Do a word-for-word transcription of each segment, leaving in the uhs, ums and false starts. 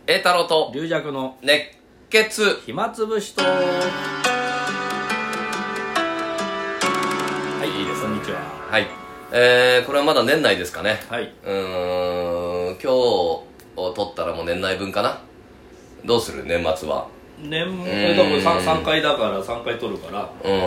栄太郎と龍尺の熱血暇つぶしと。はい、いいです。こんにちは。 はい、えー、これはまだ年内ですかね。 はい。 うーん、今日を撮ったらもう年内分かな。どうする年末は。 年末だから 3, さんかいだからさんかい撮るから。 うん。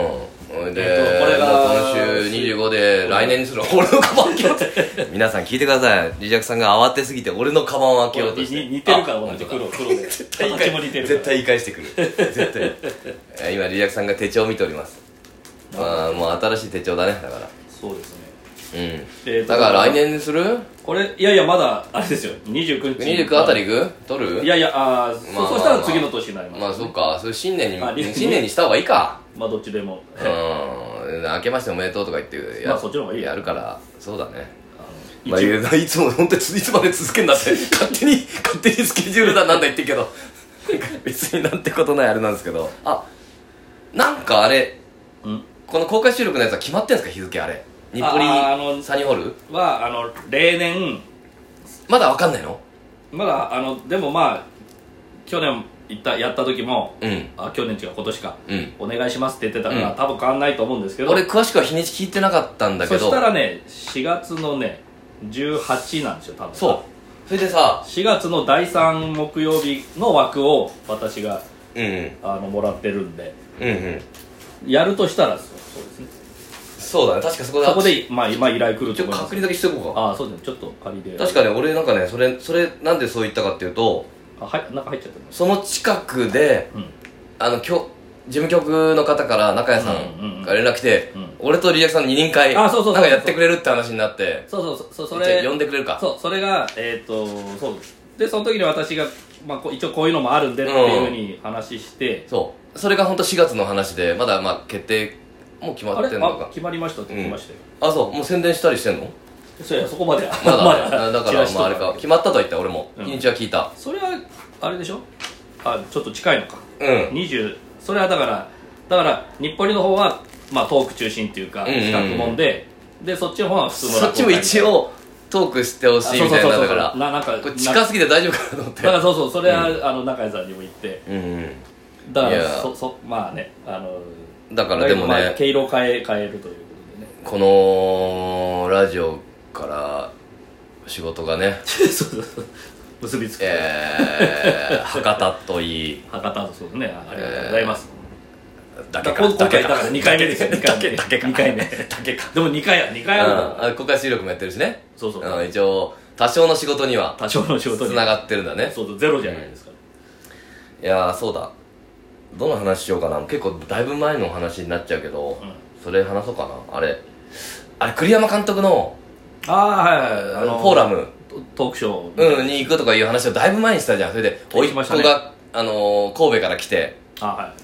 で、 えっとこれがもう今週にじゅうごで来年にする俺のカバン開けようって皆さん聞いてください。リジャクさんが慌てすぎて俺のカバンを開けようとして。 似てるから同じ黒黒で絶対形も似てるから絶対言い返してくる絶対今リジャクさんが手帳を見ております。まあもう新しい手帳だね。だからそうですね。 うん、 えー、 だから来年にする。 これいやいやまだあれですよ。にじゅうくにちにじゅうくあたり行く取る。 いやいやあー、 まあ、 そ, そしたら次の年になります、ね、 まあそっか。それ新年に、 まあ、 新年にした方がいいか。 まあどっちでもうん明けましておめでとうとか言ってや、 まあそっちの方がいいよやるからそうだね。 あまあ、いつも本当にいつまで続けんだって勝手に勝手にスケジュールだなんだ言ってるけど別になんてことないあれなんですけど、あなんかあれんこの公開収録のやつは決まってんすか日付。あれ日暮里サニーホールはあの例年まだわかんないの。 まだあのでもまあ去年行ったやった時も、 うん、 あ去年違う今年か、 うん、 お願いしますって言ってたから、 うん、 多分変わんないと思うんですけど、 俺詳しくは日にち聞いてなかったんだけど、 そしたらねしがつのねじゅうはちなんですよ多分。 そうそれでさしがつのだいさん木曜日の枠を私が、 うんうん、 あのもらってるんで、 うんうん、 やるとしたらそうですね。 そうだね。確かそこでそこで、まあ、今依頼来ると思います。 確認だけしておこうか。 ああそうですね。ちょっと仮で確かね俺なんかねそれそれなんでそう言ったかっていうと、 あはい中入っちゃってます。 その近くで、うん、あの今日事務局の方から中谷さんが連絡来て、うんうんうん、俺とリジャクさんの二人会あそうそうそうなんかやってくれるって話になって、 そうそうそうそれ呼んでくれるか。 そうそれがえっ、ー、とそうでその時に私が、まあ、こ一応こういうのもあるんでっていうふうに話して、 うん、そうそれが本当しがつの話でまだまあ決定もう決まってんのか。 あ決まりましたって言ってましたよ、 うん、あそうもう宣伝したりしてんの。 そうやそこまではまだ、まだだからまああれか決まったとは言った俺も、うん、日にちは聞いた。 それはあれでしょ。あちょっと近いのか。 うんにじゅうそれはだからだから日暮里の方はまあトーク中心っていうか企画もんで、でそっちの方は普通のそっちも一応トークしてほしいみたいな。だからななんかこれ近すぎて大丈夫かなと思って。 だからそうそうそれは、うん、あの中谷さんにも言って、 うんうん、 だからそそまあねあのだからでもね、まあ、 毛色を変え変えるということでね。 このラジオから仕事がねそうそうそう結びつく、 えー、博多といい博多とそうねありがとうございます、 えー、だけか今回だからにかいめですよ。にかいめだけかにかいめだけかでもにかいやにかいあるから、うん、公開収録もやってるしね。 そうそう、 うん、一応多少の仕事には多少の仕事につながってるんだね。 そうそうゼロじゃないですか、 うん、いやーそうだどの話しようかな。結構だいぶ前の話になっちゃうけど、うん、それ話そうかな。あれあれ栗山監督のああはいはいあのフォーラムトークショー、 うん、に行くとかいう話をだいぶ前にしたじゃん。それで甥っ子が、ね、あのー、神戸から来て、 あ、はい、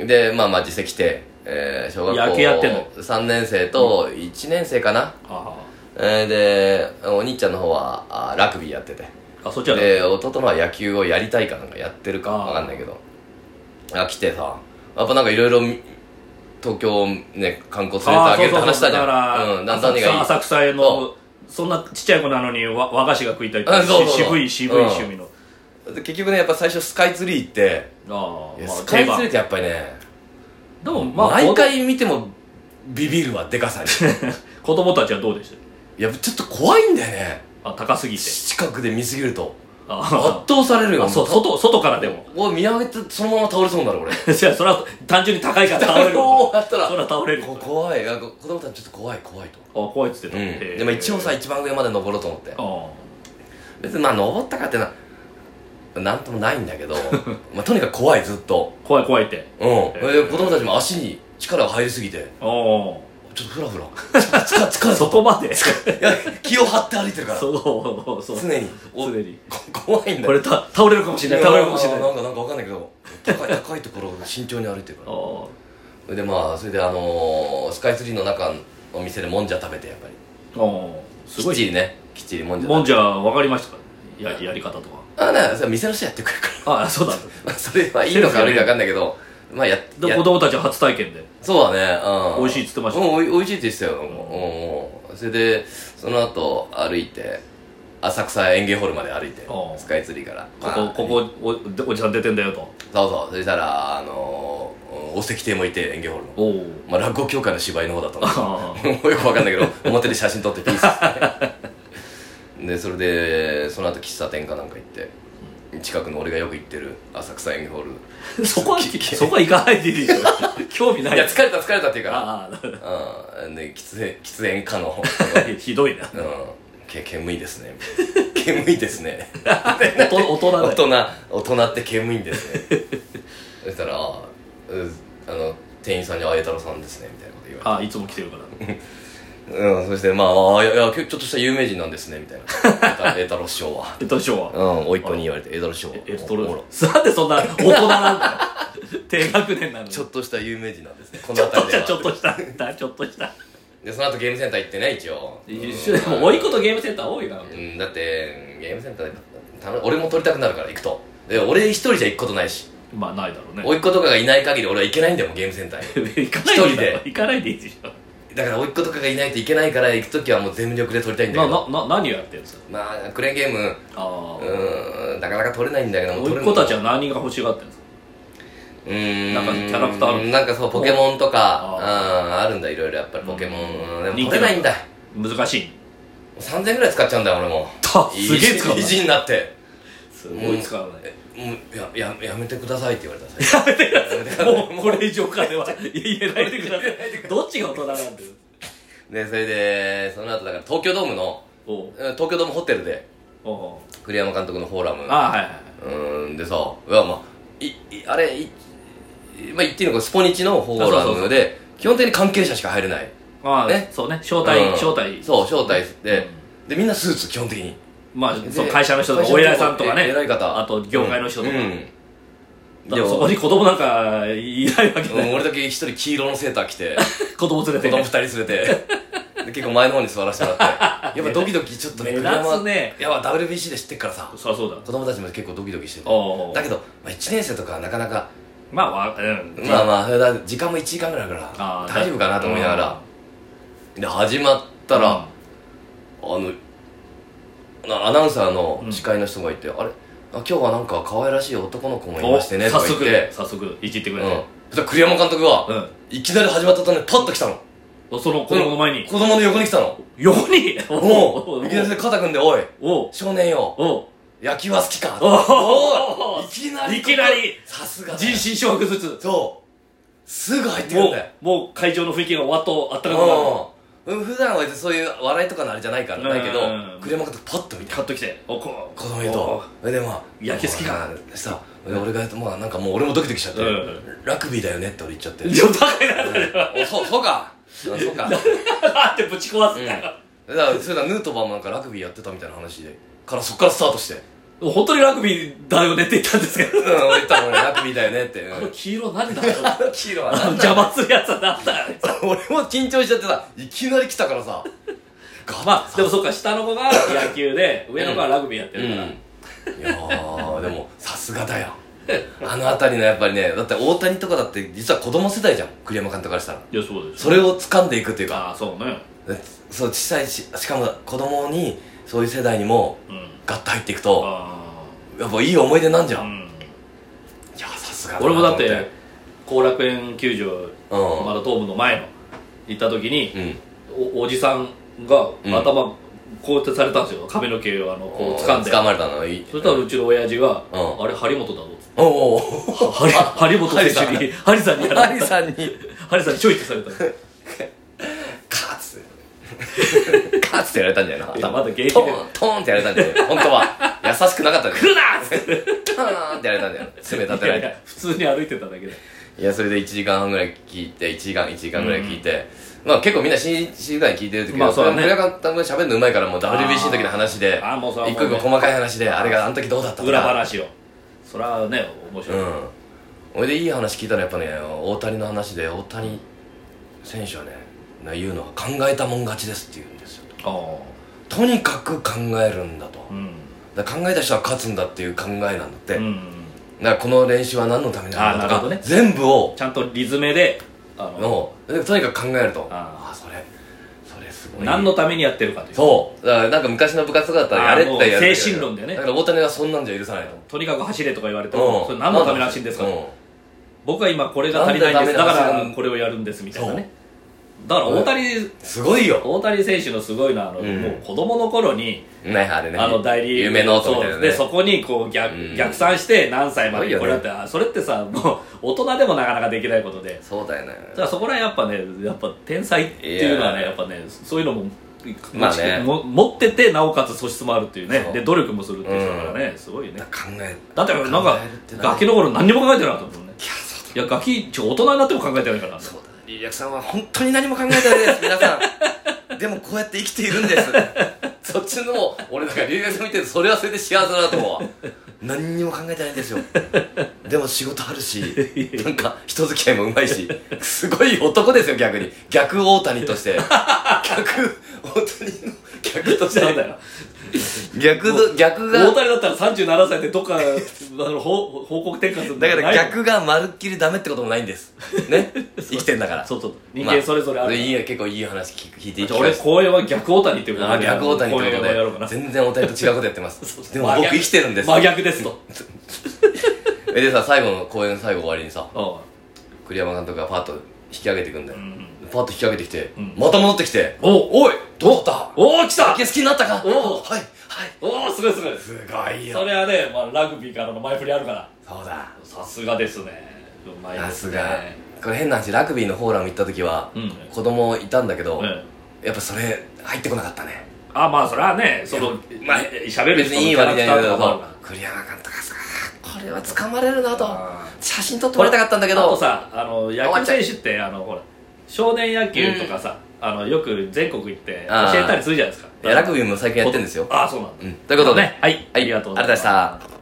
でまあまあ実際来て、えー、小学校野球やってんのさんねん生といちねん生かな、うん、えー、でお兄ちゃんの方はあラグビーやってて、 あそっちはで弟のは野球をやりたいかなんかやってるかわかんないけど、あ来てさやっぱなんかいろいろ東京をね観光連れてあげるって話したじゃん。 だから、うん、何がいい浅草へのそんなちっちゃい子なのに和和菓子が食いたいって渋い渋い趣味の、 うん、で結局ねやっぱ最初スカイツリー行って、あ、まあ、スカイツリーってやっぱりねでもまあ毎回見てもビビるわでかさに子供たちはどうでした。 いやちょっと怖いんだよね。 あ高すぎて近くで見すぎると圧倒されるよ。 そう外外からでもお見上げてそのまま倒れそうになる俺。 いやそれは単純に高いから倒れるそうやったらそれは倒れる怖い。子供たちちょっと怖い怖いと。 あ怖いっつってた、 うん、でも一応さ一番上まで登ろうと思って、あ別にまあ登ったかってななんともないんだけどまあとにかく怖いずっと怖い怖いってうん、えー、子供たちも足に力が入りすぎてあちょっとフラフラ疲れそこまでいや気を張って歩いてるからそうそう常に常に怖いんだよ。 これた倒れるかもしれない倒れるかもしれないなんかなんかわかんないけど高い高いところを慎重に歩いてるからそれでまあそれであのー、スカイツリーの中のお店でもんじゃ食べてやっぱりすごいきっちりねきっちりもんじゃもんじゃ分かりましたか や, やり方とか。 ああそれ店の人やってくれるからああそうだそれはいいのか悪いか分かんないけどまあやで子供たちは初体験でそうだね、うん、 美味しいっつってました。 うんおいしいって言ってたよ、うんうん、それでその後歩いて浅草園芸ホールまで歩いてスカイツリーからここ、まあ、ここ お, おじさん出てんだよと。 そうそう。そしたらあのー、お石亭もいて園芸ホールのまあ、落語協会の芝居の方だったのよくわかんないけど表で写真撮ってピースしてでそれでその後喫茶店かなんか行って近くの俺がよく行ってる浅草園芸ホールそこはそこは行かないでいいでしょ興味ない。 いや疲れた疲れたって言うからああで喫煙喫煙家のひどいな。 うんけ煙いですね煙いですね大人だよ。 大人大人って煙いんですねそしたらああの店員さんに「あ栄太郎さんですね」みたいなこと言われて、 ああいつも来てるからうん、そしてまああいやいやちょっとした有名人なんですねみたいな栄太郎師匠は栄太郎師匠はうん甥っ子に言われて栄太郎師匠栄太郎なんでそんな大人なんだよ低学年なのにちょっとした有名人なんですねこの辺りではちょっとしたちょっとしたでその後ゲームセンター行ってね一応一緒でも甥っ子とゲームセンター多いな。 うんだってゲームセンターでた俺も撮りたくなるから行くとで俺一人じゃ行くことないしまあないだろうね。 甥っ子とかがいない限り俺は行けないんだよもんゲームセンターに行かないでいいで行かないでいいでしょ。 だから甥っ子とかがいないといけないから行くときはもう全力で撮りたいんだけどななな何をやってるんですか。 まあクレーンゲームあうーんなかなか撮れないんだけども甥っ子たちは何が欲しがってるんですか。 うーんなんかキャラクターあるなんかそうポケモンとかあああるんだいろいろやっぱりポケモンでも撮れないんだ難しい。 さんぜんえんぐらい使っちゃうんだよ俺もすげえ使う意地になってすごい使うね。 もうやややめてくださいって言われたやめてくださいもうこれ以上金は言えないでくださいどっちが大人なんだよ。 でそれでその後だから東京ドームの東京ドームホテルでお栗山監督のフォーラムあはいはい。 うんでさいやまあいいあれいまあ言っていいのかスポニチのフォーラムで基本的に関係者しか入れないああねそうね招待、うん、招待そう招待で、うん、でみんなスーツ基本的にまあそう会社の人とかお偉いさんとかね偉い方あと業界の人とか、 うんうんだからそこに子供なんかいないわけだよ、 うん、俺だけ一人黄色のセーター着て子供連れて子供二人連れてで結構前の方に座らせてもらってやっぱドキドキちょっとね目立つねいや ダブリュービーシー で知ってっからさそうそうだ子供たちも結構ドキドキしててだけど、まあ、いちねん生とかはなかなかまあわ、うん、 まあまあ時間もいちじかんぐらいあるから大丈夫かなと思いながらで始まったら、うん、あのアナウンサーの司会の人がいて、うん、あれあ今日はなんか可愛らしい男の子もいましてねとか言って早速いじってくれて、うん、 そしたら栗山監督が、うん、いきなり始まったとねパッと来たのその子供の前に子供の横に来たの横におおいきなり肩組んでおいお少年よお野球は好きかおおいきなりいきなりさすが人心掌握ずつそうすぐ入ってくるんだよもう会場の雰囲気がわっとあったかくなる普段はそういう笑いとかのあれじゃないからだけど栗山監督パッと見てパッと来ておこ子供いるとでまあ野球好きかさ俺がまあなんかもう俺もドキドキしちゃってラグビーだよねって俺言っちゃってちょっとバカになったよそうそうかそうかだってぶち壊すんだよだからそれだヌートバーもなんかラグビーやってたみたいな話でからそっからスタートして本当にラグビーだよねって言ったんですけどうん俺言ったもんラグビーだよねってあの黄色何だろうあの黄色は何だ邪魔するやつは何だよ俺も緊張しちゃってさいきなり来たからさまあでもそっか下の子が野球で上の子はラグビーやってるから、 うん、いやーでもさすがだよあの辺りのやっぱりねだって大谷とかだって実は子供世代じゃん栗山監督からしたらいやそうです、 それを掴んでいくっていうかああそうねそう小さいししかも子供にそういう世代にもガッと入っていくと、うん、やっぱいい思い出なんじゃん、うん、いやさすがだな俺もだって後楽園球場、うん、まだ東武の前の行った時に、うん、お, おじさんが頭、うんこうやってされたんですよ髪の毛をあのこう掴んで掴まれたのいいそしたらうちの親父が、うん、あれ張本だぞっつっておお張本選手にハリさんにやられたハリさんにハリさんにちょいってされたカツカツってやられたんじゃないのいやまだ現役でトーントーンってやられたんじゃない本当は優しくなかったんだよ来るなっつってトーンってやられたんだよ爪立てられて普通に歩いてただけでいやそれでいちじかんはんぐらい聞いていちじかんいちじかんぐらい聞いて、うん、まあ結構みんな静かに聞いてる時は、まあそうだね、栗山監督喋るのうまいからもう ダブリュービーシー の時の話で一個一個細かい話であれがあの時どうだったとか裏話をそれはね面白い、うん、 俺でいい話聞いたらやっぱね大谷の話で大谷選手はね言うのは考えたもん勝ちですって言うんですよと, とにかく考えるんだと、うん、だから考えた人は勝つんだっていう考えなんだって、うんだからこの練習は何のためにあるのとか、ね、全部をちゃんとリズムであのとにかく考えるとああそれそれ何のためにやってるかという。 そうだからなんか昔の部活とかだったらやれってやる精神論でね。 だから大谷はそんなんじゃ許さないと。 とにかく走れとか言われても、それ何のための走るんですかと。僕は今これが足りないんです、だからこれをやるんですみたいなね。だから大谷すごいよ。 大谷選手のすごいのはあの、もう子供の頃にあれね、 あの代理夢の音みたいなね。 でそこにこう逆逆算して何歳までこれだってそれってさ、もう大人でもなかなかできないことで。 そうだよね。 だからそこら辺やっぱね、やっぱ天才っていうのはね、やっぱね、そういうのもまあね、 も持っててなおかつ素質もあるっていうね、で努力もするっていう人だからね、すごいね。 考えだってなんかガキの頃何にも考えてなかったもんね。いやガキちょ大人になっても考えてないから。 そうだ、リリアクさんは本当に何も考えてないです皆さん。でもこうやって生きているんです。そっちのも俺だからリリアクさん見てるとそれはそれで幸せだなと思うわ。何にも考えてないんですよ。でも仕事あるし、なんか人付き合いもうまいし、すごい男ですよ。逆に逆大谷として逆大谷の逆としてなんだよ。 逆の逆が大谷だったらさんじゅうななさいでどっかあの報報告転換するんだから逆がまるっきりダメってこともないんですね。生きてんだから。 そうそう、人間それぞれある、まあ、 いい結構いい話聞いていきます。 俺公演は逆大谷っていうことで、 逆大谷ってことで全然大谷と違うことやってます。そうそう、でも僕生きてるんです。 真逆ですと。 えでさ、最後の公演最後終わりにさ、栗山監督がパッと引き上げていくんだよ、うん、パッと引き上げてきて、うん、また戻ってきて、 おおいどうだった、 おお来た、 野球好きになったか、 おおはいはい、 おおすごいすごいすごいよ。 それはね、まあ、ラグビーからの前振りあるから。 そうだ、 さすがですね、うまいですね。さすが。 これ変な話、ラグビーのフォーラム行った時は、うん、子供いたんだけど、うん、やっぱそれ入ってこなかったね。 あ、まあそれはね、そのまあ喋る人のキャラクターとか栗山監督がさ、これは掴まれるなと写真撮ってもらいたかったんだけど。 あとさ、あの野球選手ってあのほら少年野球とかさ、うん、あのよく全国行って教えたりするじゃないですか。 ラグビーも最近やってるんですよ。 ああ、そうなんだ、 うん、ということで、 ね、はい、ありがとうございました。